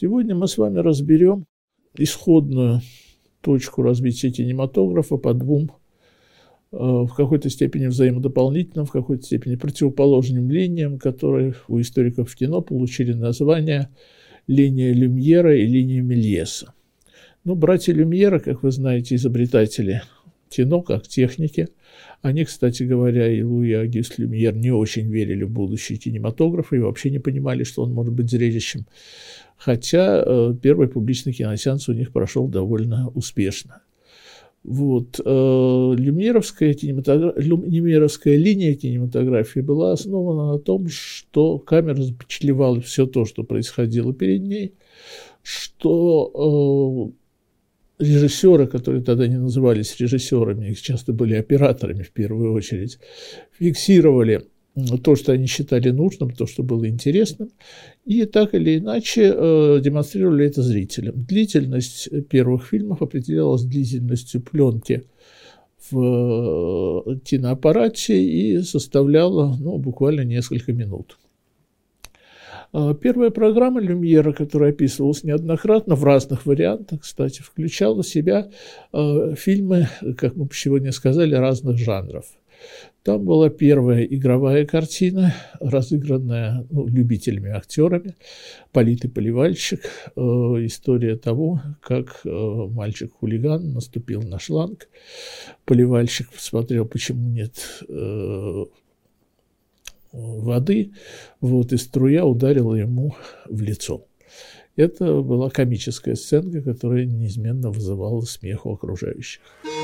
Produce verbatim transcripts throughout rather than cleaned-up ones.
Сегодня мы с вами разберем исходную точку развития кинематографа по двум в какой-то степени взаимодополнительным, в какой-то степени противоположным линиям, которые у историков кино получили название линия Люмьера и линия Мельеса. Ну, братья Люмьера, как вы знаете, изобретатели кино как техники. Они, кстати говоря, и Луи и Агюст Люмьер не очень верили в будущее кинематографа и вообще не понимали, что он может быть зрелищем. Хотя э, первый публичный киносеанс у них прошел довольно успешно. Вот. Э, Люмьеровская, кинематограф... Люмьеровская линия кинематографии была основана на том, что камера запечатлевала все то, что происходило перед ней, что э, режиссеры, которые тогда не назывались режиссерами, их часто были операторами в первую очередь, фиксировали то, что они считали нужным, то, что было интересным, и так или иначе э, демонстрировали это зрителям. Длительность первых фильмов определялась длительностью пленки в э, киноаппарате и составляла ну, буквально несколько минут. Первая программа Люмьера, которая описывалась неоднократно в разных вариантах, кстати, включала в себя э, фильмы, как мы сегодня сказали, разных жанров. Там была первая игровая картина, разыгранная ну, любителями, актерами, «Полит и поливальщик», э, история того, как э, мальчик-хулиган наступил на шланг, поливальщик посмотрел, почему нет э, воды, вот, и струя ударила ему в лицо. Это была комическая сценка, которая неизменно вызывала смех у окружающих.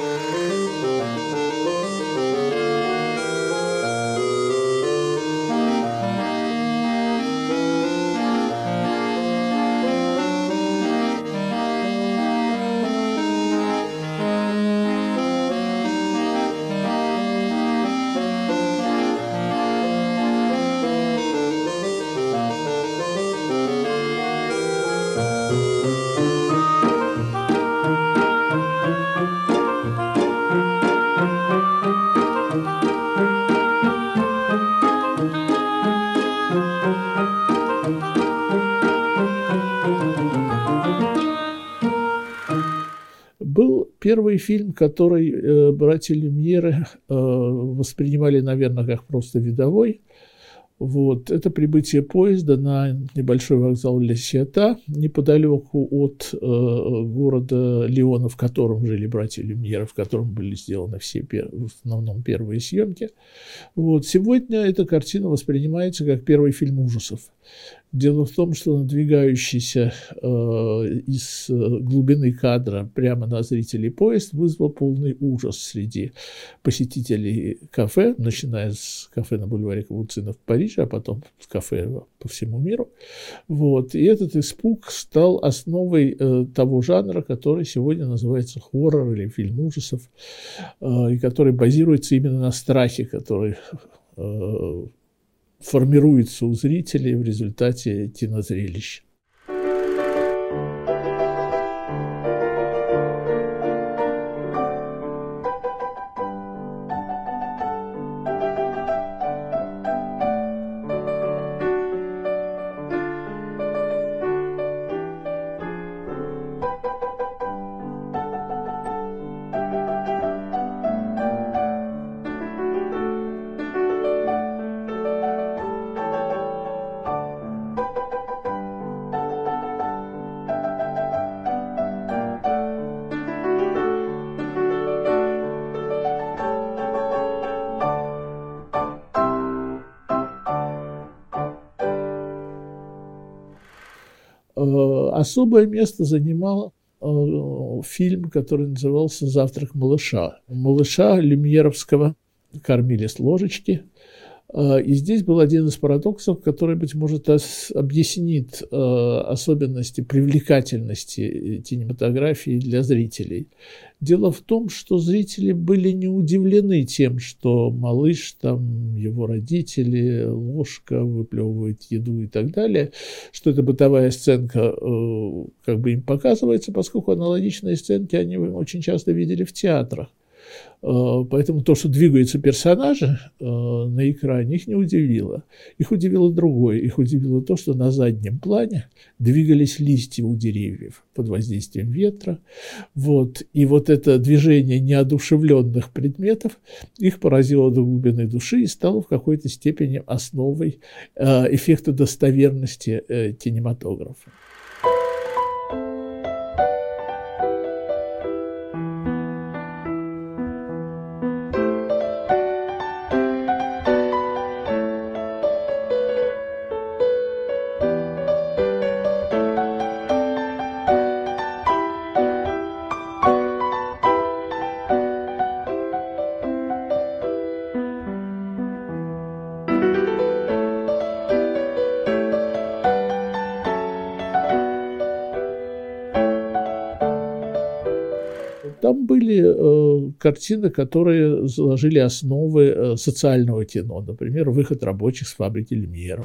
Был первый фильм, который э, братья Люмьеры э, воспринимали, наверное, как просто видовой. Вот. Это «Прибытие поезда» на небольшой вокзал Ля Сиота, неподалеку от э, города Лиона, в котором жили братья Люмьеры, в котором были сделаны все, пер... в основном, первые съемки. Вот. Сегодня эта картина воспринимается как первый фильм ужасов. Дело в том, что надвигающийся э, из глубины кадра прямо на зрителей поезд вызвал полный ужас среди посетителей кафе, начиная с кафе на бульваре Кавуцина в Париже, а потом с кафе по всему миру. Вот. И этот испуг стал основой э, того жанра, который сегодня называется хоррор или фильм ужасов, э, и который базируется именно на страхе, который э, формируется у зрителей в результате кинозрелища. Особое место занимал э, фильм, который назывался «Завтрак малыша». Малыша люмьеровского кормили с ложечки. Э, и здесь был один из парадоксов, который, быть может, ос- объяснит э, особенности привлекательности кинематографии для зрителей. Дело в том, что зрители были не удивлены тем, что малыш, там, его родители, ложка, выплевывает еду и так далее, что эта бытовая сценка э, как бы им показывается, поскольку аналогичные сценки они очень часто видели в театрах. Поэтому то, что двигаются персонажи на экране, их не удивило. Их удивило другое. Их удивило то, что на заднем плане двигались листья у деревьев под воздействием ветра. Вот. И вот это движение неодушевленных предметов их поразило до глубины души и стало в какой-то степени основой эффекта достоверности кинематографа. Там были э, картины, которые заложили основы э, социального кино, например, «Выход рабочих с фабрики Люмьеров».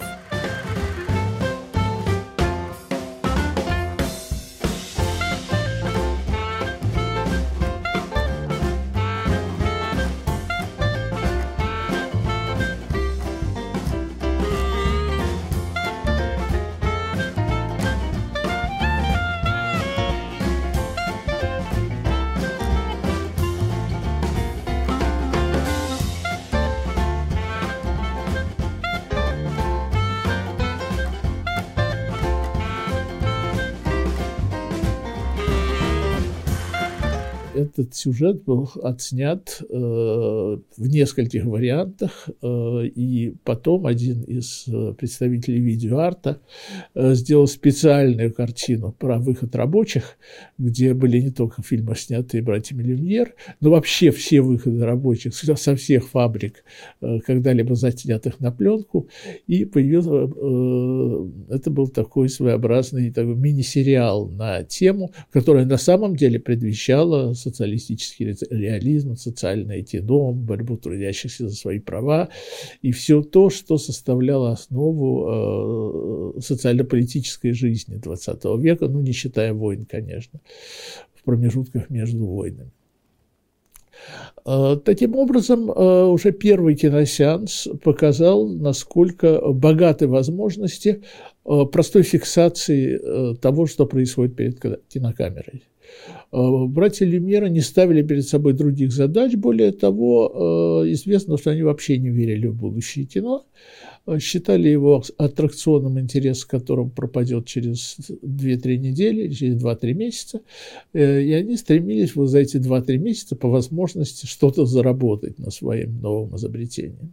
Этот сюжет был отснят э, в нескольких вариантах, э, и потом один из представителей видеоарта э, сделал специальную картину про выход рабочих, где были не только фильмы, снятые братьями Люмьер, но вообще все выходы рабочих со всех фабрик, э, когда-либо заснятых на пленку, и появился, э, это был такой своеобразный такой мини-сериал на тему, которая на самом деле предвещала социалистический реализм, социальное кино, борьбу трудящихся за свои права и все то, что составляло основу э, социально-политической жизни двадцатого века, ну, не считая войн, конечно, в промежутках между войнами. Таким образом, уже первый киносеанс показал, насколько богаты возможности простой фиксации того, что происходит перед кинокамерой. Братья Люмьера не ставили перед собой других задач, более того, известно, что они вообще не верили в будущее кино, считали его аттракционным, интерес к которому пропадет через две-три недели, через два-три месяца, и они стремились вот за эти два-три месяца по возможности что-то заработать на своем новом изобретении.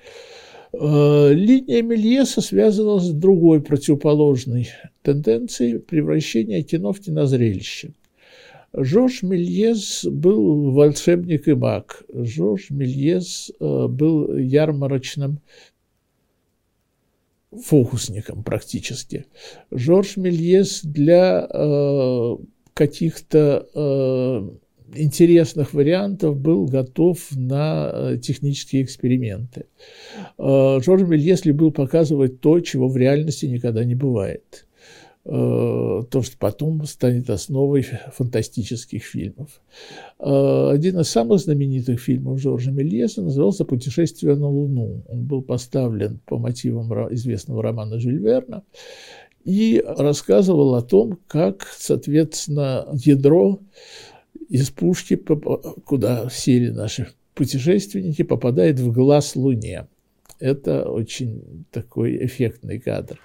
Линия Мельеса связана с другой противоположной тенденцией превращения кино в кинозрелище. Жорж Мельес был волшебник и маг. Жорж Мельес был ярмарочным фокусником практически. Жорж Мельес для э, каких-то э, интересных вариантов был готов на технические эксперименты. Э, Жорж Мельес любил показывать то, чего в реальности никогда не бывает. То, что потом станет основой фантастических фильмов. Один из самых знаменитых фильмов Жоржа Мельеса назывался «Путешествие на Луну». Он был поставлен по мотивам известного романа Жюль Верна и рассказывал о том, как, соответственно, ядро из пушки, куда сели наши путешественники, попадает в глаз Луне. Это очень такой эффектный кадр.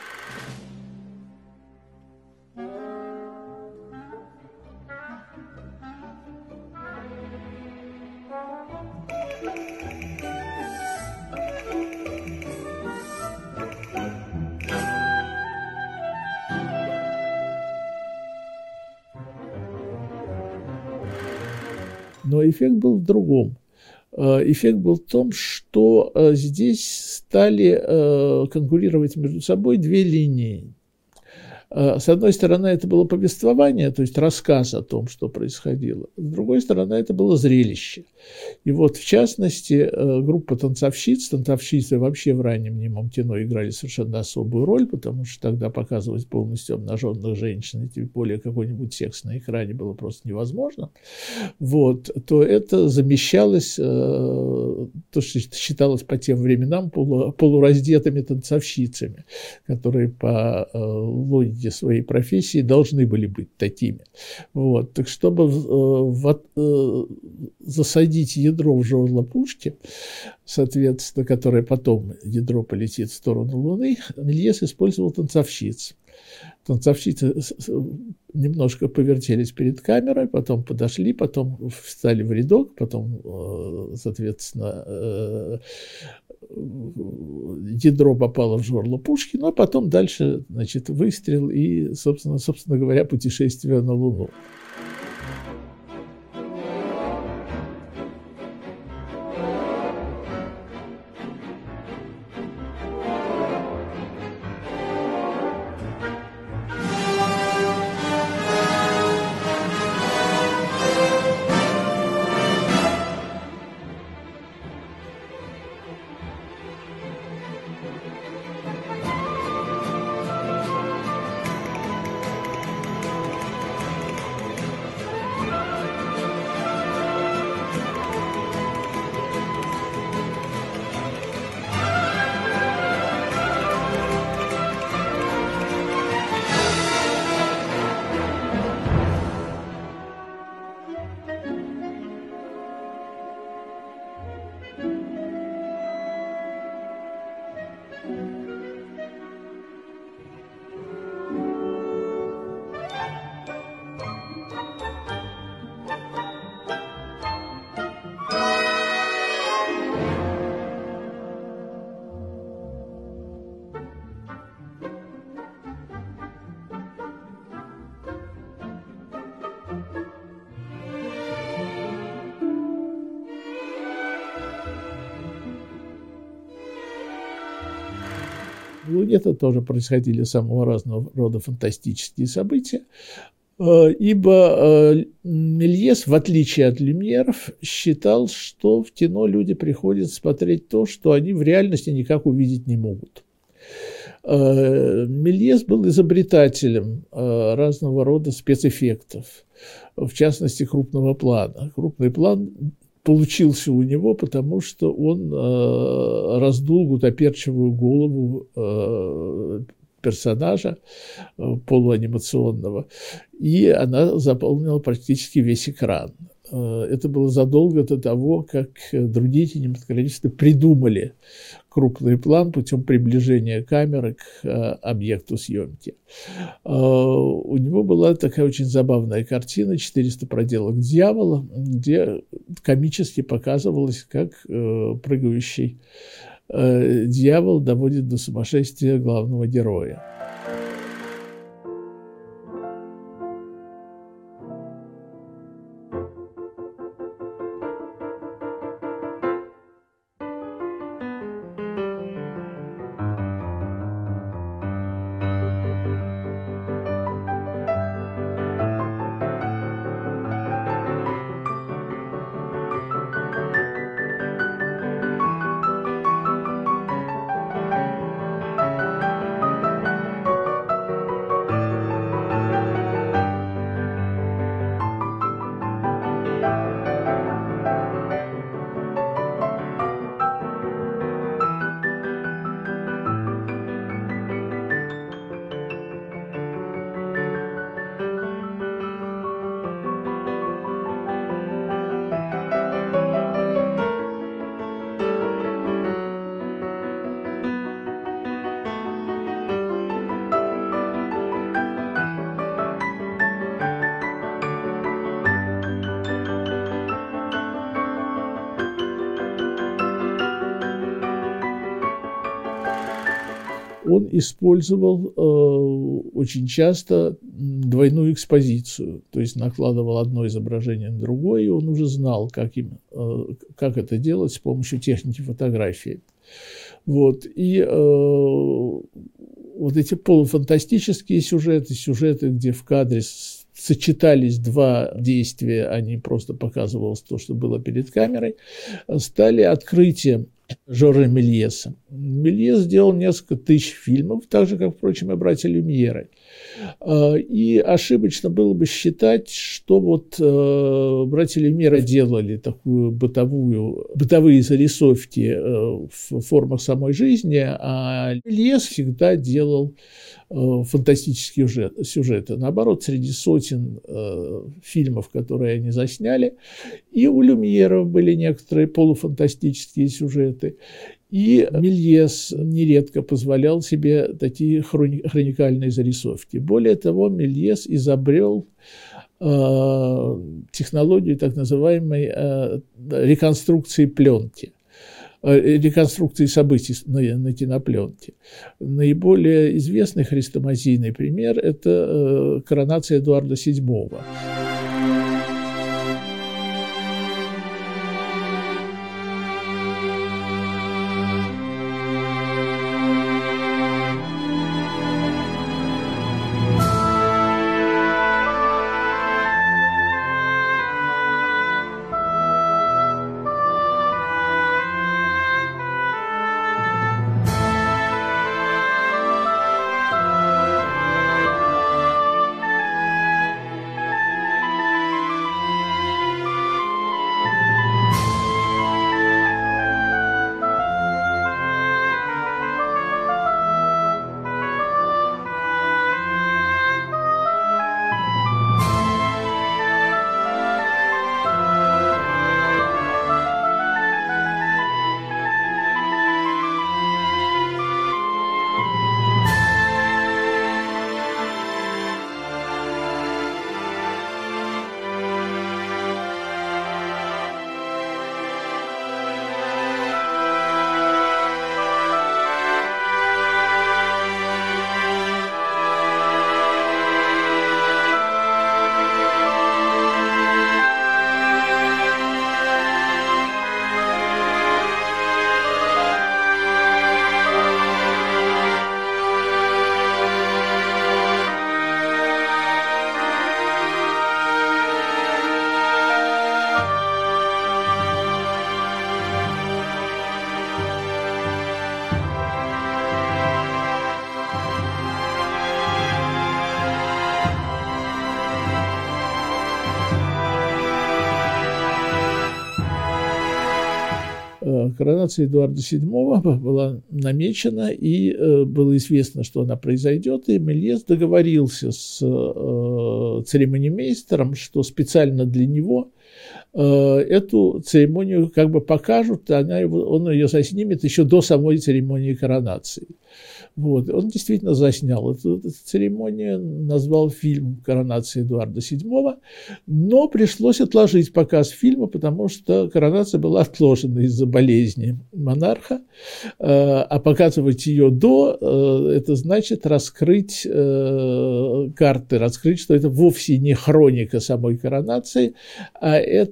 Но эффект был в другом. Эффект был в том, что здесь стали конкурировать между собой две линии. С одной стороны, это было повествование, то есть рассказ о том, что происходило. С другой стороны, это было зрелище. И вот, в частности, группа танцовщиц, танцовщицы вообще в раннем немом кино играли совершенно особую роль, потому что тогда показывать полностью обнаженных женщин, и тем более какой-нибудь секс на экране было просто невозможно, вот, то это замещалось, то, что считалось по тем временам полу, полураздетыми танцовщицами, которые по логике своей профессии должны были быть такими. Вот. Так чтобы в, в, засадить ядро в жерло пушки, соответственно, которое потом ядро полетит в сторону Луны, Мельес использовал танцовщиц. Танцовщицы немножко повертелись перед камерой, потом подошли, потом встали в рядок, потом, соответственно, ядро попало в жерло пушки, ну а потом дальше, значит, выстрел и, собственно, собственно говоря, путешествие на Луну. В Луне-то тоже происходили самого разного рода фантастические события, ибо Мельес, в отличие от Люмьеров, считал, что в кино люди приходят смотреть то, что они в реальности никак увидеть не могут. Мельес был изобретателем разного рода спецэффектов, в частности, крупного плана. Крупный план получился у него, потому что он э, раздул гутоперчивую голову э, персонажа э, полуанимационного, и она заполнила практически весь экран. Э, это было задолго до того, как другие кинематографисты придумали крупный план путем приближения камеры к э, объекту съемки. Э, у него была такая очень забавная картина «четыреста проделок дьявола», где комически показывалось, как э, прыгающий э, дьявол доводит до сумасшествия главного героя. Он использовал э, очень часто двойную экспозицию, то есть накладывал одно изображение на другое, и он уже знал, как, им, э, как это делать с помощью техники фотографии. Вот. И э, вот эти полуфантастические сюжеты, сюжеты, где в кадре сочетались два действия, а не просто показывалось то, что было перед камерой, стали открытием Жоржа Мельеса. Мельес сделал несколько тысяч фильмов, так же, как, впрочем, и братья Люмьеры. И ошибочно было бы считать, что вот братья Люмьеры делали такую бытовую, бытовые зарисовки в формах самой жизни, а Мельес всегда делал фантастические сюжеты. Наоборот, среди сотен э, фильмов, которые они засняли, и у Люмьеров были некоторые полуфантастические сюжеты, и Мельес нередко позволял себе такие хрони- хроникальные зарисовки. Более того, Мельес изобрел э, технологию так называемой э, реконструкции пленки. Реконструкции событий на, на кинопленке. Наиболее известный хрестоматийный пример – это э, коронация Эдуарда седьмого. Коронация Эдуарда седьмого была намечена, и э, было известно, что она произойдет, и Мельес договорился с э, церемонимейстером, что специально для него э, эту церемонию как бы покажут, она его, он ее заснимет еще до самой церемонии коронации. Вот. Он действительно заснял эту, эту церемонию, назвал фильм «Коронация Эдуарда седьмого», но пришлось отложить показ фильма, потому что коронация была отложена из-за болезни монарха, а показывать ее до – это значит раскрыть карты, раскрыть, что это вовсе не хроника самой коронации, а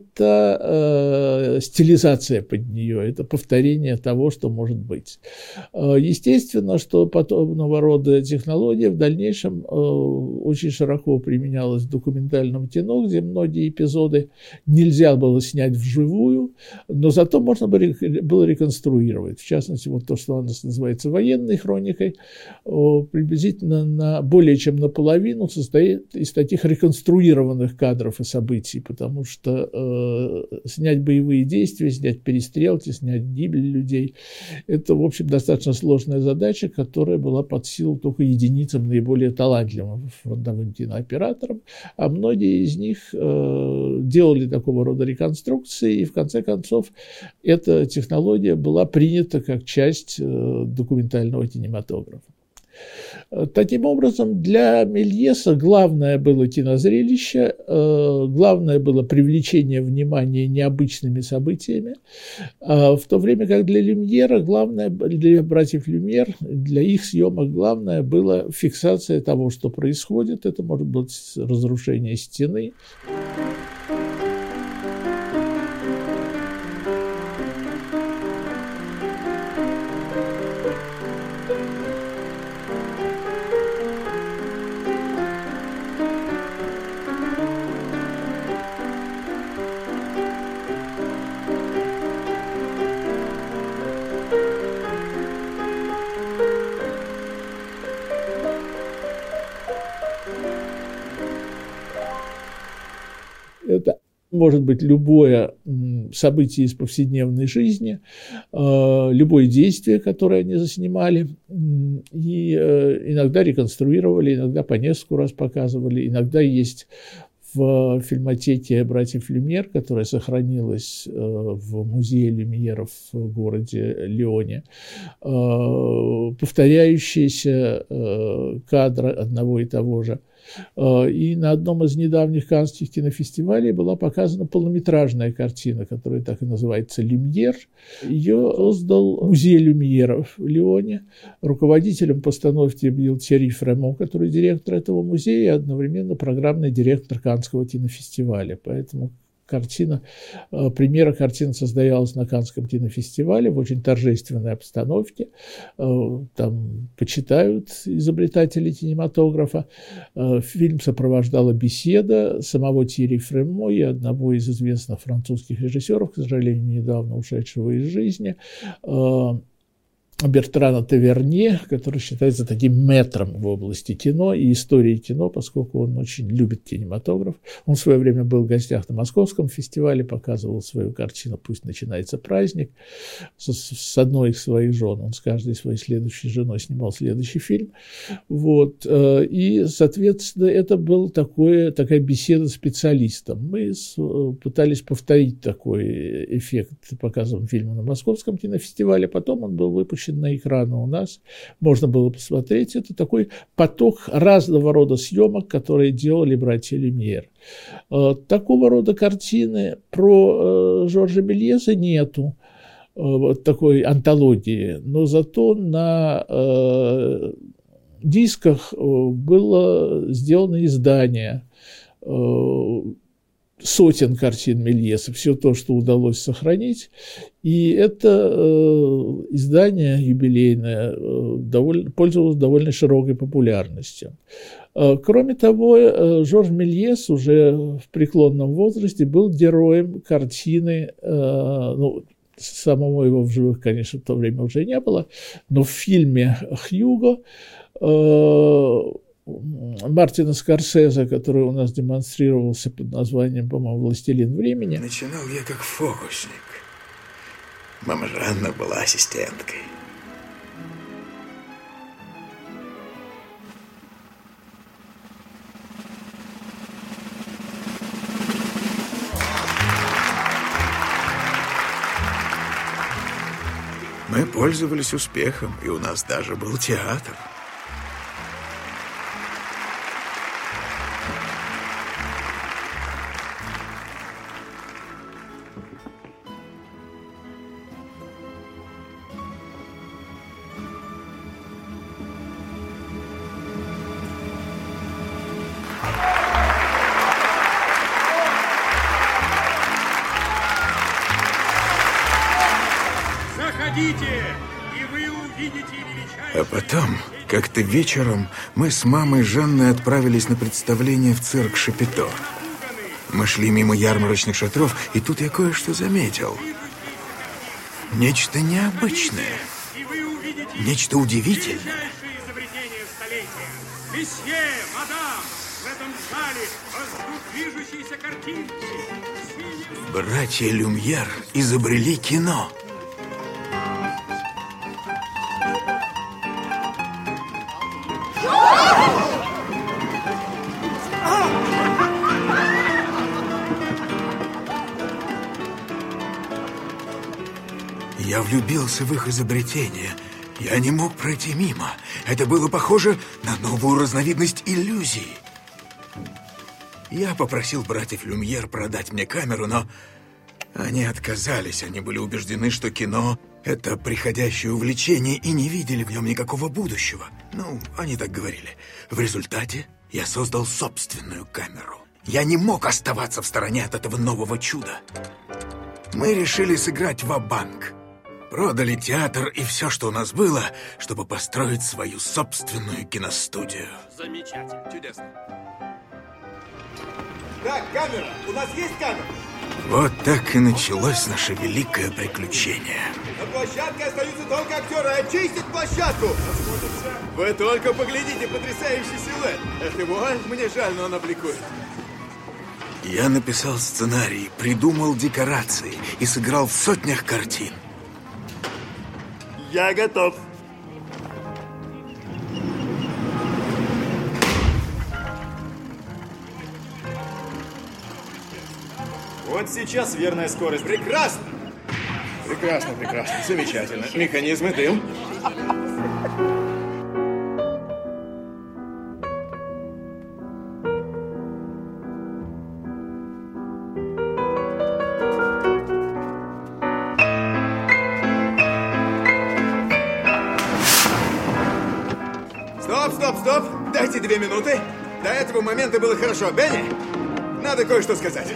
это стилизация под нее, это повторение того, что может быть. Естественно, что подобного рода технология в дальнейшем э, очень широко применялась в документальном кино, где многие эпизоды нельзя было снять вживую, но зато можно было реконструировать. В частности, вот то, что у нас называется военной хроникой, э, приблизительно на, более чем наполовину состоит из таких реконструированных кадров и событий, потому что э, снять боевые действия, снять перестрелки, снять гибель людей – это, в общем, достаточно сложная задача, которая была под силу только единицам наиболее талантливым фронтовым кинооператорам, а многие из них э, делали такого рода реконструкции, и в конце концов эта технология была принята как часть э, документального кинематографа. Таким образом, для Мельеса главное было кинозрелище, главное было привлечение внимания необычными событиями, в то время как для Люмьера, главное, для братьев Люмьер, для их съемок главное было фиксация того, что происходит. Это может быть разрушение стены. Это может быть любое событие из повседневной жизни, любое действие, которое они заснимали, и иногда реконструировали, иногда по несколько раз показывали, иногда есть в фильмотеке братьев Люмьер, которая сохранилась в музее Люмьеров в городе Лионе, повторяющиеся кадры одного и того же. И на одном из недавних каннских кинофестивалей была показана полнометражная картина, которая так и называется «Люмьер». Ее создал музей Люмьеров в Лионе. Руководителем постановки был Тьерри Фремо, который директор этого музея и одновременно программный директор Каннского кинофестиваля. Поэтому картина, премьера картины состоялась на Каннском кинофестивале в очень торжественной обстановке. Там почитают изобретатели кинематографа. Фильм сопровождала беседа самого Тьерри Фремо и одного из известных французских режиссеров, к сожалению, недавно ушедшего из жизни, Бертрана Таверне, который считается таким мэтром в области кино и истории кино, поскольку он очень любит кинематограф. Он в свое время был в гостях на Московском фестивале, показывал свою картину «Пусть начинается праздник» с, с одной из своих жен. Он с каждой своей следующей женой снимал следующий фильм. Вот. И, соответственно, это был такое, такая беседа с специалистом. Мы с, пытались повторить такой эффект показом фильма на Московском кинофестивале. Потом он был выпущен на экраны у нас, можно было посмотреть. Это такой поток разного рода съемок, которые делали братья Люмьер. Такого рода картины про Жоржа Мельеса нету, вот такой антологии, но зато на э, дисках было сделано издание э, сотен картин Мельеса, все то, что удалось сохранить. И это э, издание юбилейное э, довольно, пользовалось довольно широкой популярностью. Э, кроме того, э, Жорж Мельес уже в преклонном возрасте был героем картины, э, ну, самого его в живых, конечно, в то время уже не было, но в фильме «Хьюго» э, Мартина Скорсезе, который у нас демонстрировался под названием, по-моему, «Властелин времени». Начинал я как фокусник. Мама Жанна была ассистенткой. Мы пользовались успехом, и у нас даже был театр. А потом, как-то вечером, мы с мамой Жанной отправились на представление в цирк Шапито. Мы шли мимо ярмарочных шатров, и тут я кое-что заметил. Нечто необычное. Нечто удивительное. Месье, мадам, в этом зале воздух движущиеся картинки. Братья Люмьер изобрели кино. Я влюбился в их изобретение. Я не мог пройти мимо. Это было похоже на новую разновидность иллюзий. Я попросил братьев Люмьер продать мне камеру, но они отказались. Они были убеждены, что кино – это приходящее увлечение, и не видели в нем никакого будущего. Ну, они так говорили. В результате я создал собственную камеру. Я не мог оставаться в стороне от этого нового чуда. Мы решили сыграть ва-банк. Продали театр и все, что у нас было, чтобы построить свою собственную киностудию. Замечательно. Чудесно. Так, камера! У нас есть камера? Вот так и началось наше великое приключение. На площадке остаются только актеры. Очистить площадку! Вы только поглядите, потрясающий силуэт. Это вуаль? Мне жаль, но он обликует. Я написал сценарий, придумал декорации и сыграл в сотнях картин. Я готов. Вот сейчас верная скорость. Прекрасно! Прекрасно, прекрасно. Замечательно. Механизмы, дым. Стоп, стоп, стоп! Дайте две минуты. До этого момента было хорошо. Бенни, надо кое-что сказать.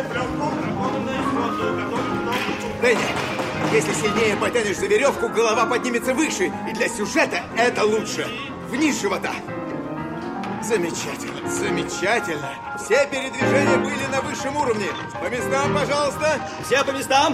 Бенни, если сильнее потянешь за веревку, голова поднимется выше. И для сюжета это лучше. Вниз живота. Замечательно, замечательно. Все передвижения были на высшем уровне. По местам, пожалуйста. Все по местам.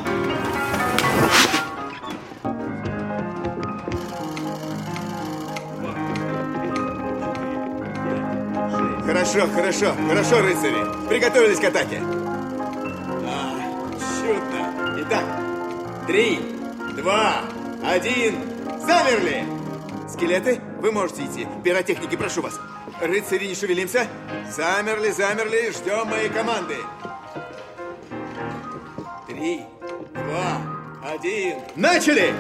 Хорошо, хорошо, хорошо, рыцари. Приготовились к атаке. А, чудно. Итак, три, два, один. Замерли! Скелеты, вы можете идти. Пиротехники, прошу вас. Рыцари, не шевелимся. Замерли, замерли, ждем моей команды. Три, два, один. Начали!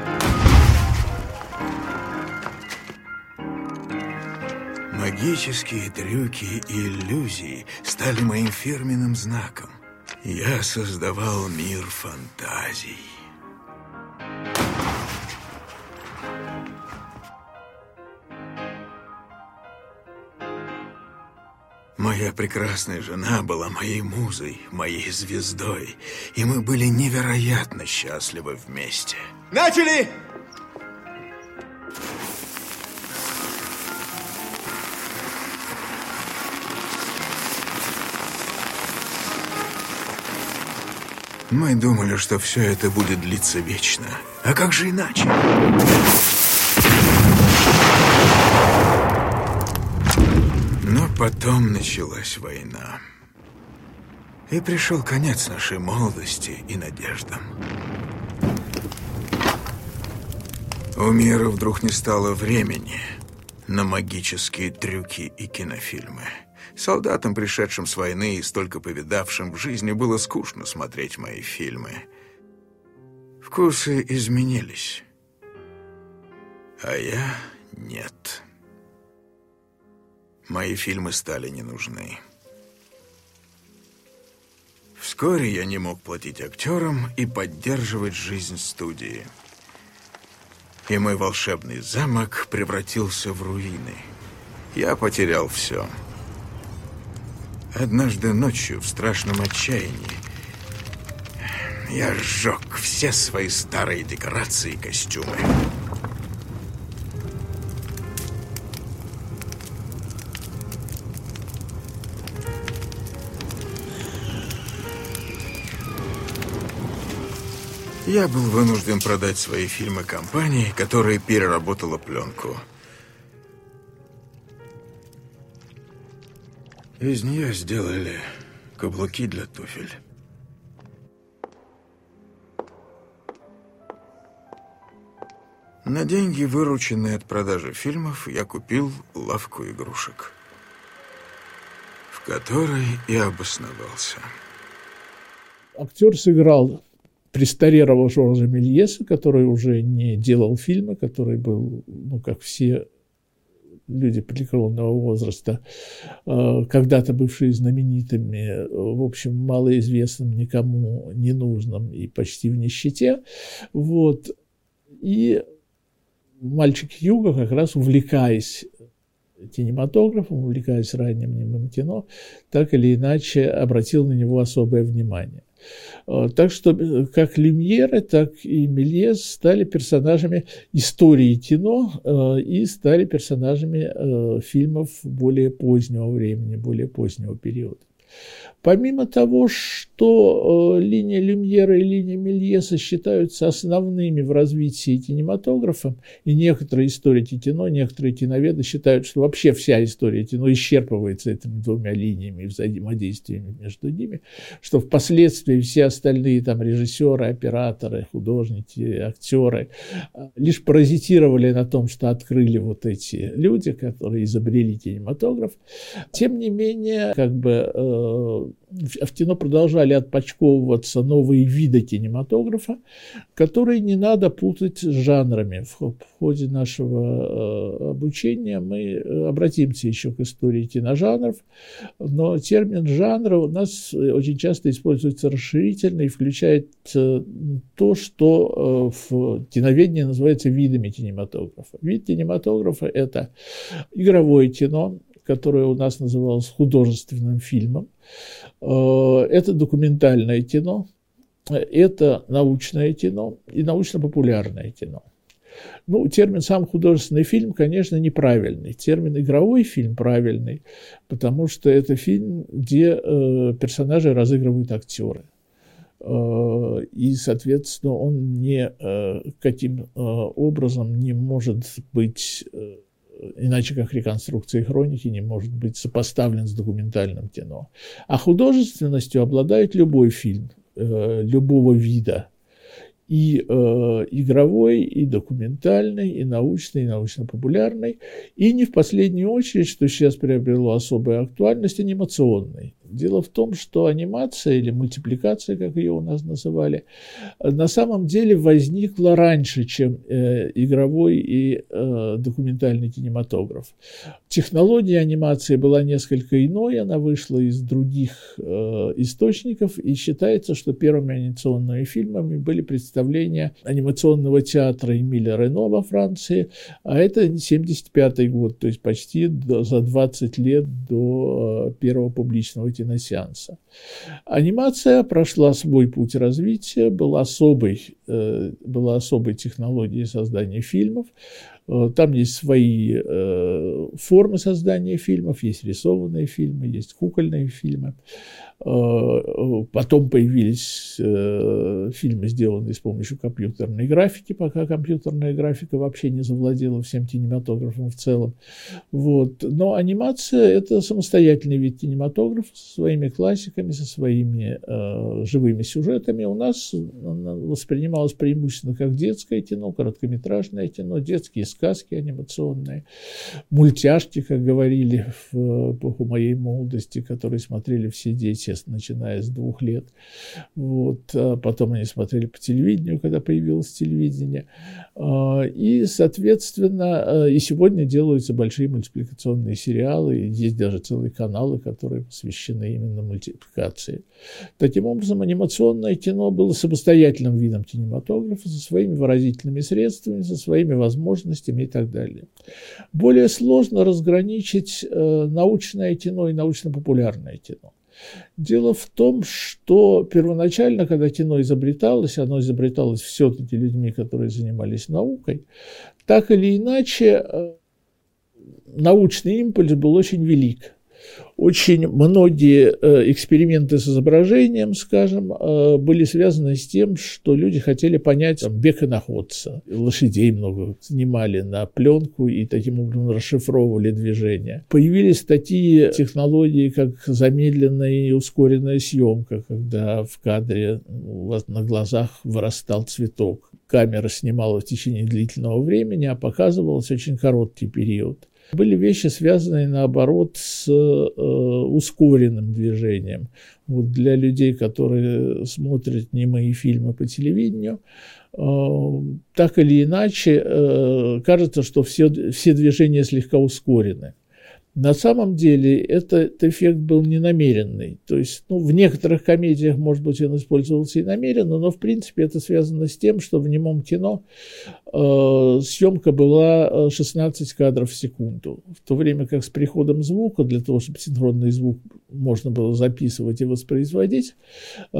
Магические трюки и иллюзии стали моим фирменным знаком. Я создавал мир фантазий. Моя прекрасная жена была моей музой, моей звездой, и мы были невероятно счастливы вместе. Начали! Мы думали, что все это будет длиться вечно. А как же иначе? Но потом началась война. И пришел конец нашей молодости и надеждам. У мира вдруг не стало времени на магические трюки и кинофильмы. Солдатам, пришедшим с войны и столько повидавшим в жизни, было скучно смотреть мои фильмы. Вкусы изменились, а я нет. Мои фильмы стали не нужны. Вскоре я не мог платить актерам и поддерживать жизнь студии. И мой волшебный замок превратился в руины. Я потерял все. Однажды ночью в страшном отчаянии я сжег все свои старые декорации и костюмы. Я был вынужден продать свои фильмы компании, которая переработала пленку. Из нее сделали каблуки для туфель. На деньги, вырученные от продажи фильмов, я купил лавку игрушек, в которой и обосновался. Актер сыграл престарелого Жоржа Мельеса, который уже не делал фильмы, который был, ну, как все люди преклонного возраста, когда-то бывшие знаменитыми, в общем, малоизвестным, никому не нужным и почти в нищете. Вот. И мальчик Хьюго, как раз увлекаясь кинематографом, увлекаясь ранним немым кино, так или иначе обратил на него особое внимание. Так что как Люмьеры, так и Мельес стали персонажами истории кино и стали персонажами фильмов более позднего времени, более позднего периода. Помимо того, что э, линия Люмьера и линия Мельеса считаются основными в развитии кинематографа, и некоторые историки кино, некоторые киноведы считают, что вообще вся история кино исчерпывается этими двумя линиями и взаимодействиями между ними, что впоследствии все остальные там режиссеры, операторы, художники, актеры лишь паразитировали на том, что открыли вот эти люди, которые изобрели кинематограф. Тем не менее, как бы э, в кино продолжали отпочковываться новые виды кинематографа, которые не надо путать с жанрами. В ходе нашего обучения мы обратимся еще к истории киножанров, но термин «жанра» у нас очень часто используется расширительно и включает то, что в киноведении называется видами кинематографа. Вид кинематографа – это игровое кино, которое у нас называлось художественным фильмом. Это документальное кино, это научное кино и научно-популярное кино. Ну, термин «сам художественный фильм», конечно, неправильный. Термин «игровой фильм» правильный, потому что это фильм, где э, персонажи разыгрывают актеры. Э, и, соответственно, он не, э, каким э, образом не может быть... Э, иначе как реконструкция хроники не может быть сопоставлен с документальным кино. А художественностью обладает любой фильм, э, любого вида. И э, игровой, и документальный, и научный, и научно-популярный. И не в последнюю очередь, что сейчас приобрело особую актуальность, анимационный. Дело в том, что анимация или мультипликация, как ее у нас называли, на самом деле возникла раньше, чем э, игровой и э, документальный кинематограф. Технология анимации была несколько иной, она вышла из других э, источников, и считается, что первыми анимационными фильмами были представления анимационного театра Эмиля Рено во Франции, а это семьдесят пятый год, то есть почти до, за двадцать лет до э, первого публичного кинематографа. Сеанса. Анимация прошла свой путь развития, была особой, э, была особой технологией создания фильмов. Э, там есть свои э, формы создания фильмов, есть рисованные фильмы, есть кукольные фильмы. Э, потом появились э, фильмы, сделанные с помощью компьютерной графики, пока компьютерная графика вообще не завладела всем кинематографом в целом. Вот. Но анимация – это самостоятельный вид кинематографа со своими классиками, со своими э, живыми сюжетами. У нас воспринималось преимущественно как детское кино, короткометражное кино, детские сказки анимационные, мультяшки, как говорили в эпоху моей молодости, которые смотрели все дети, начиная с двух лет. Вот. А потом они смотрели по телевидению, когда появилось телевидение. И, соответственно, и сегодня делаются большие мультипликационные сериалы, есть даже целые каналы, которые посвящены именно мультипликации. Таким образом, анимационное кино было самостоятельным видом кинематографа со своими выразительными средствами, со своими возможностями и так далее. Более сложно разграничить научное кино и научно-популярное кино. Дело в том, что первоначально, когда кино изобреталось, оно изобреталось все-таки людьми, которые занимались наукой, так или иначе научный импульс был очень велик. Очень многие эксперименты с изображением, скажем, были связаны с тем, что люди хотели понять там, бег иноходца. Лошадей много снимали на пленку и таким образом расшифровывали движения. Появились такие технологии, как замедленная и ускоренная съемка, когда в кадре у вас на глазах вырастал цветок. Камера снимала в течение длительного времени, а показывалась очень короткий период. Были вещи, связанные, наоборот, с э, ускоренным движением. Вот для людей, которые смотрят немые фильмы по телевидению, э, так или иначе, э, кажется, что все, все движения слегка ускорены. На самом деле этот эффект был ненамеренный. То есть ну, в некоторых комедиях, может быть, он использовался и намеренно, но в принципе это связано с тем, что в немом кино э, съемка была шестнадцать кадров в секунду. В то время как с приходом звука, для того, чтобы синхронный звук можно было записывать и воспроизводить, э,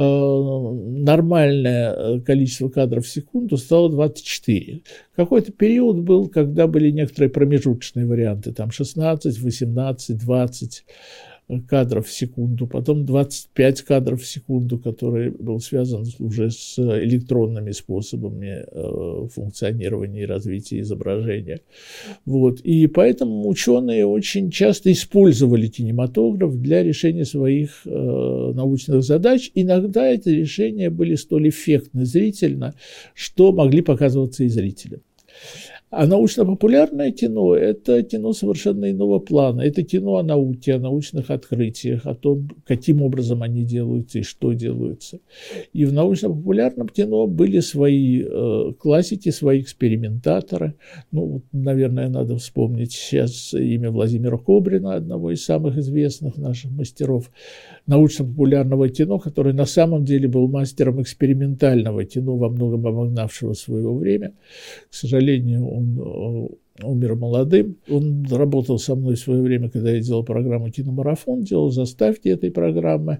нормальное количество кадров в секунду стало двадцать четыре. Какой-то период был, когда были некоторые промежуточные варианты, там шестнадцать, восемнадцать, двадцать. кадров в секунду, потом двадцать пять кадров в секунду, который был связан уже с электронными способами э, функционирования и развития изображения. Вот. И поэтому ученые очень часто использовали кинематограф для решения своих э, научных задач. Иногда эти решения были столь эффектны зрительно, что могли показываться и зрителям. А научно-популярное кино – это кино совершенно иного плана. Это кино о науке, о научных открытиях, о том, каким образом они делаются и что делаются. И в научно-популярном кино были свои э, классики, свои экспериментаторы. Ну, вот, наверное, надо вспомнить сейчас имя Владимира Кобрина, одного из самых известных наших мастеров научно-популярного кино, который на самом деле был мастером экспериментального кино, во многом обогнавшего своего время. К сожалению, он умер молодым. Он работал со мной в свое время, когда я делал программу «Киномарафон», делал заставки этой программы.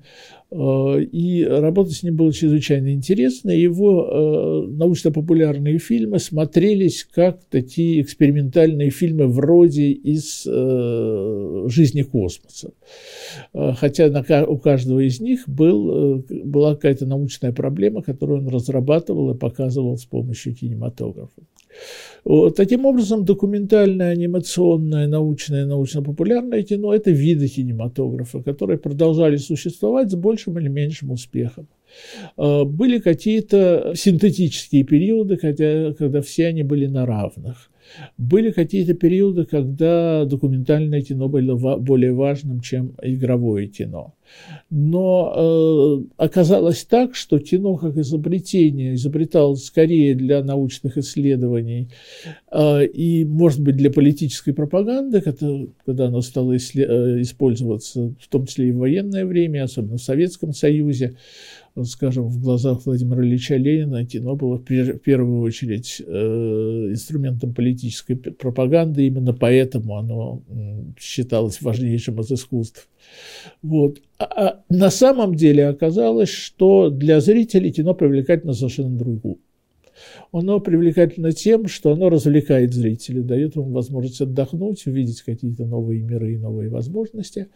И работать с ним было чрезвычайно интересно. Его научно-популярные фильмы смотрелись как такие экспериментальные фильмы вроде из жизни космоса. Хотя у каждого из них был, была какая-то научная проблема, которую он разрабатывал и показывал с помощью кинематографа. Таким образом, документальное, анимационное, научное, научно-популярное кино – это виды кинематографа, которые продолжали существовать с большим или меньшим успехом. Были какие-то синтетические периоды, когда, когда все они были на равных. Были какие-то периоды, когда документальное кино было более важным, чем игровое кино. Но э, оказалось так, что кино как изобретение изобреталось скорее для научных исследований э, и, может быть, для политической пропаганды, когда, когда оно стало исслед... использоваться, в том числе и в военное время, особенно в Советском Союзе. Скажем, в глазах Владимира Ильича Ленина кино было в первую очередь э, инструментом политической пропаганды, именно поэтому оно считалось важнейшим из искусств. Вот. А на самом деле оказалось, что для зрителей кино привлекательно совершенно другое. Оно привлекательно тем, что оно развлекает зрителей, дает им возможность отдохнуть, увидеть какие-то новые миры и новые возможности,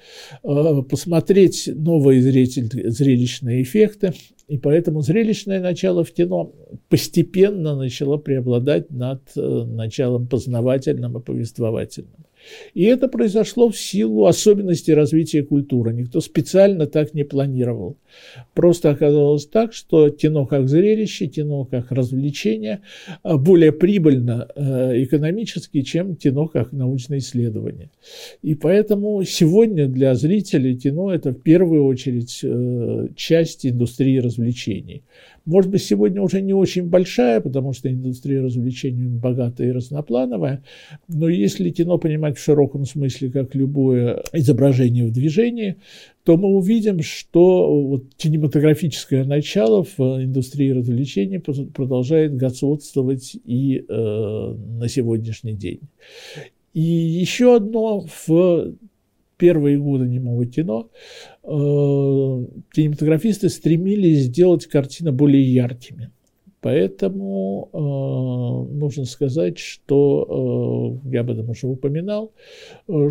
посмотреть новые зрелищные эффекты. И поэтому зрелищное начало в кино постепенно начало преобладать над началом познавательным и повествовательным. И это произошло в силу особенностей развития культуры. Никто специально так не планировал. Просто оказалось так, что кино как зрелище, кино как развлечение более прибыльно экономически, чем кино как научное исследование. И поэтому сегодня для зрителей кино – это в первую очередь часть индустрии развлечений. Может быть, сегодня уже не очень большая, потому что индустрия развлечений богатая и разноплановая, но если кино понимать в широком смысле как любое изображение в движении, то мы увидим, что вот кинематографическое начало в индустрии развлечений продолжает господствовать и э, на сегодняшний день. И еще одно: в первые годы немого кино э, кинематографисты стремились сделать картины более яркими. Поэтому э, нужно сказать, что, э, я об этом уже упоминал, э,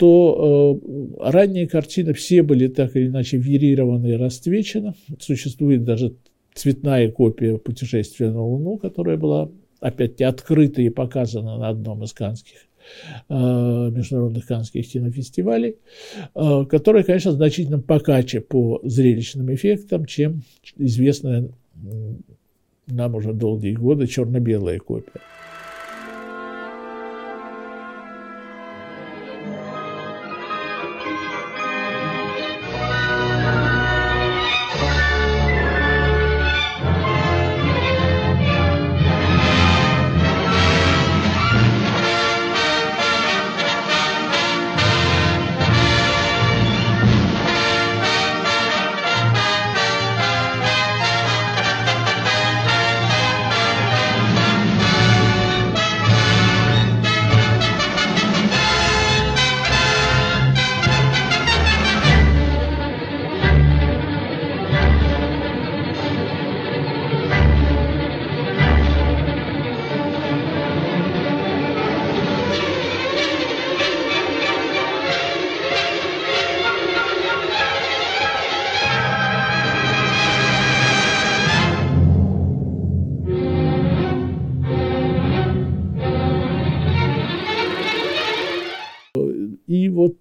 что э, ранние картины все были так или иначе варьированы и расцвечены. Существует даже цветная копия «Путешествия на Луну», которая была, опять-таки, открыта и показана на одном из каннских международных каннских кинофестивалей, которая, конечно, значительно покаче по зрелищным эффектам, чем известная нам уже долгие годы черно-белая копия.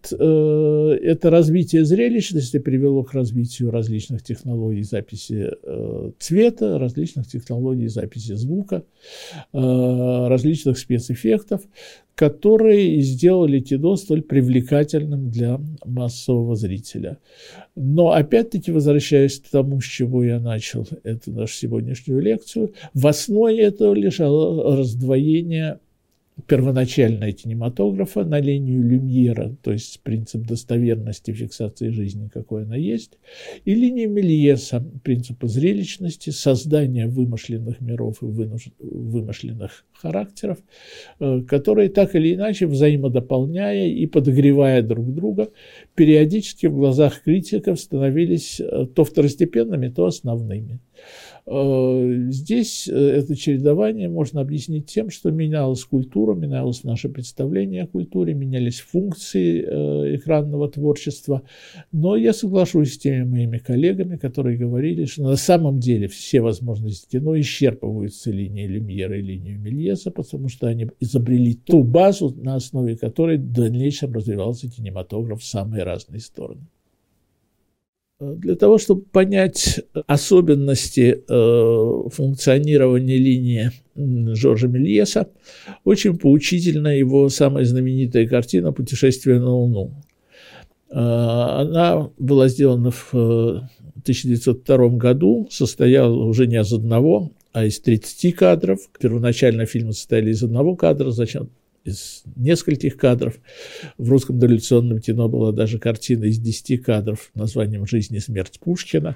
вот э, это развитие зрелищности привело к развитию различных технологий записи э, цвета, различных технологий записи звука, э, различных спецэффектов, которые сделали кино столь привлекательным для массового зрителя. Но опять-таки, возвращаясь к тому, с чего я начал эту нашу сегодняшнюю лекцию, в основе этого лежало раздвоение первоначального кинематографа на линию Люмьера, то есть принцип достоверности фиксации жизни, какой она есть, и линию Мельеса, принципа зрелищности, создания вымышленных миров и вымышленных характеров, которые так или иначе, взаимодополняя и подогревая друг друга, периодически в глазах критиков становились то второстепенными, то основными. Здесь это чередование можно объяснить тем, что менялась культура, менялось наше представление о культуре, менялись функции экранного творчества. Но я соглашусь с теми моими коллегами, которые говорили, что на самом деле все возможности кино исчерпываются линией Люмьера и линией Мельеса, потому что они изобрели ту базу, на основе которой в дальнейшем развивался кинематограф в самые разные стороны. Для того, чтобы понять особенности э, функционирования линии Жоржа Мельеса, очень поучительна его самая знаменитая картина «Путешествие на Луну». Э, она была сделана в тысяча девятьсот втором году, состояла уже не из одного, а из тридцати кадров. Первоначально фильмы состояли из одного кадра, зачем из нескольких кадров. В русском дореволюционном кино была даже картина из десяти кадров названием «Жизнь и смерть Пушкина».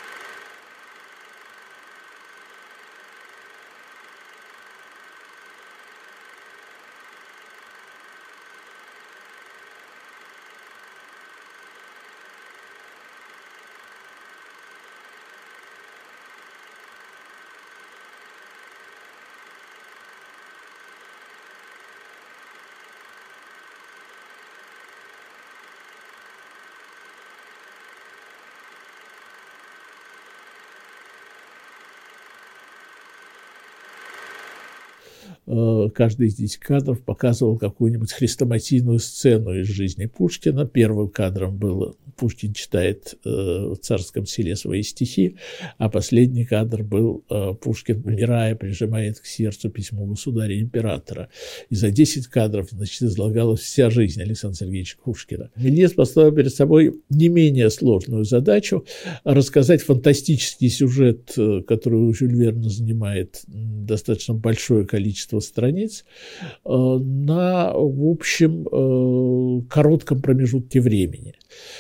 Каждый из этих кадров показывал какую-нибудь хрестоматийную сцену из жизни Пушкина. Первым кадром было Пушкин читает э, в Царском селе свои стихи, а последний кадр был э, Пушкин, умирая, прижимает к сердцу письмо государя-императора. И за десять кадров, значит, излагалась вся жизнь Александра Сергеевича Пушкина. Мельес поставил перед собой не менее сложную задачу рассказать фантастический сюжет, который у Жюль Верна занимает достаточно большое количество страниц, на, в общем, коротком промежутке времени.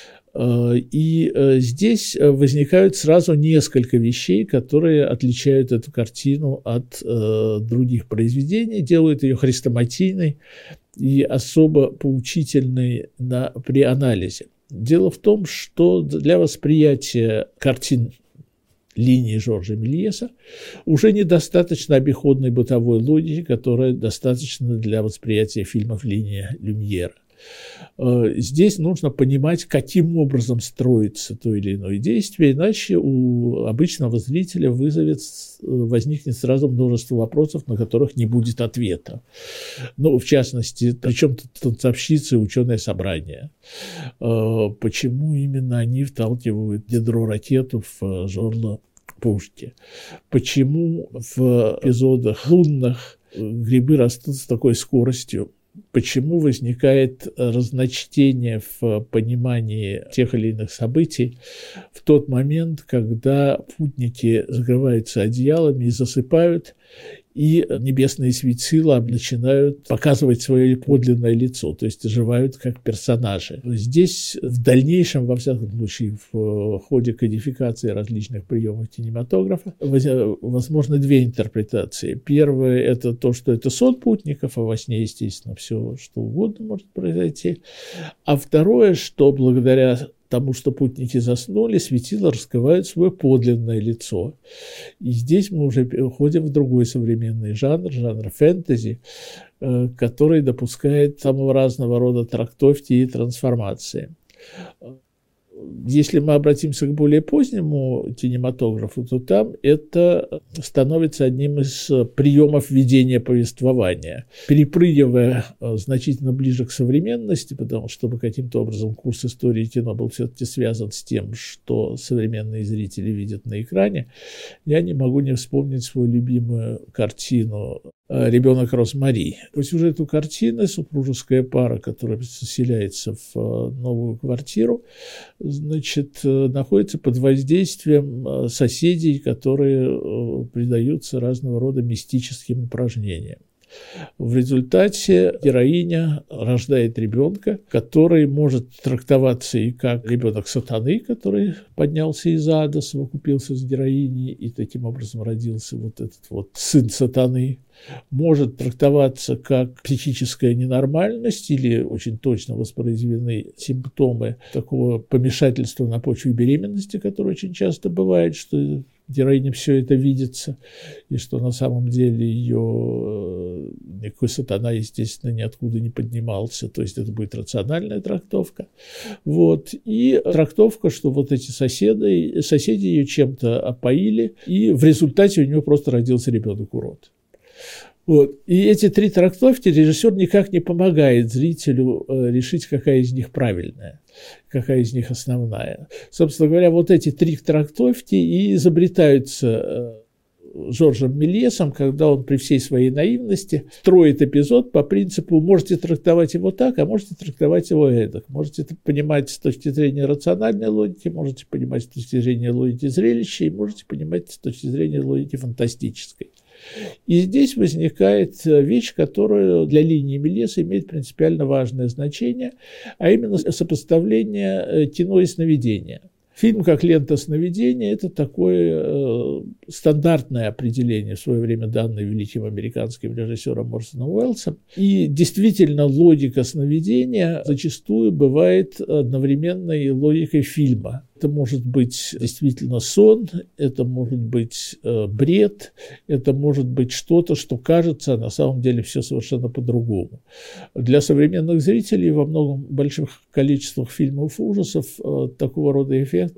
И здесь возникают сразу несколько вещей, которые отличают эту картину от других произведений, делают ее хрестоматийной и особо поучительной на, при анализе. Дело в том, что для восприятия картин линии Жоржа Мельеса уже недостаточно обиходной бытовой логики, которая достаточна для восприятия фильмов линии Люмьера. Здесь нужно понимать, каким образом строится то или иное действие, иначе у обычного зрителя вызовет, возникнет сразу множество вопросов, на которых не будет ответа. Ну, в частности, причем тут танцовщицы и ученое собрание. Почему именно они вталкивают ядро ракету в жерло пушки? Почему в эпизодах лунных грибы растут с такой скоростью? Почему возникает разночтение в понимании тех или иных событий в тот момент, когда путники закрываются одеялами и засыпают, и небесные светила начинают показывать свое подлинное лицо, то есть оживают как персонажи. Здесь в дальнейшем, во всяком случае, в ходе кодификации различных приемов кинематографа, возможно две интерпретации. Первая – это то, что это сон путников, а во сне, естественно, все что угодно может произойти. А второе, что благодаря тому, что путники заснули, светила раскрывают свое подлинное лицо. И здесь мы уже уходим в другой современный жанр, жанр фэнтези, который допускает самого разного рода трактовки и трансформации. Если мы обратимся к более позднему кинематографу, то там это становится одним из приемов ведения повествования. Перепрыгивая значительно ближе к современности, потому что, чтобы каким-то образом курс истории кино был все-таки связан с тем, что современные зрители видят на экране, я не могу не вспомнить свою любимую картину «Ребенок Розмари». По сюжету картины супружеская пара, которая заселяется в новую квартиру, значит, находится под воздействием соседей, которые предаются разного рода мистическим упражнениям. В результате героиня рождает ребенка, который может трактоваться и как ребенок сатаны, который поднялся из ада, совокупился с героиней, и таким образом родился вот этот вот сын сатаны. Может трактоваться как психическая ненормальность или очень точно воспроизведены симптомы такого помешательства на почве беременности, которое очень часто бывает, что героине все это видится, и что на самом деле ее никакой сатана, естественно, ниоткуда не поднимался. То есть это будет рациональная трактовка. Вот. И трактовка, что вот эти соседи, соседи ее чем-то опоили, и в результате у нее просто родился ребенок-урод. Вот. И эти три трактовки режиссер никак не помогает зрителю решить, какая из них правильная, какая из них основная. Собственно говоря, вот эти три трактовки и изобретаются Жоржем Мельесом, когда он при всей своей наивности строит эпизод по принципу «можете трактовать его так, а можете трактовать его эдак». Можете это понимать с точки зрения рациональной логики, можете понимать с точки зрения логики зрелища, и можете понимать с точки зрения логики фантастической. И здесь возникает вещь, которая для линии Мельеса имеет принципиально важное значение, а именно сопоставление кино и сновидения. Фильм как лента сновидения – это такое э, стандартное определение, в свое время данное великим американским режиссером Орсоном Уэллсом. И действительно логика сновидения зачастую бывает одновременной логикой фильма. Это может быть действительно сон, это может быть э, бред, это может быть что-то, что кажется, а на самом деле все совершенно по-другому. Для современных зрителей во многом больших количествах фильмов ужасов э, такого рода эффект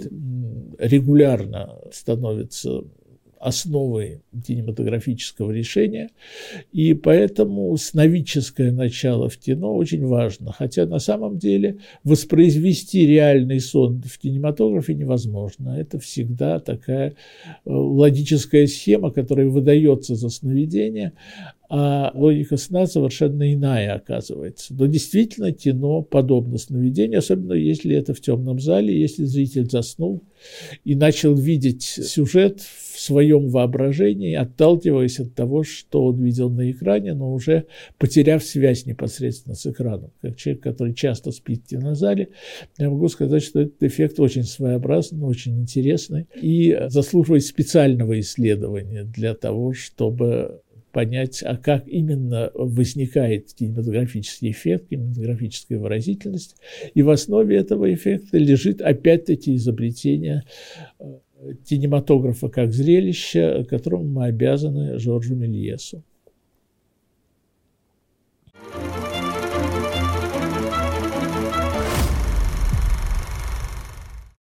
регулярно становится основой кинематографического решения, и поэтому сновидческое начало в кино очень важно, хотя на самом деле воспроизвести реальный сон в кинематографе невозможно. Это всегда такая логическая схема, которая выдается за сновидение, а логика сна совершенно иная оказывается. Но действительно кино подобно сновидению, особенно если это в темном зале, если зритель заснул и начал видеть сюжет в своем воображении, отталкиваясь от того, что он видел на экране, но уже потеряв связь непосредственно с экраном. Как человек, который часто спит в кинозале, я могу сказать, что этот эффект очень своеобразный, очень интересный и заслуживает специального исследования для того, чтобы понять, а как именно возникает кинематографический эффект, кинематографическая выразительность. И в основе этого эффекта лежит опять-таки изобретение кинематографа как зрелища, которому мы обязаны Жоржу Мельесу.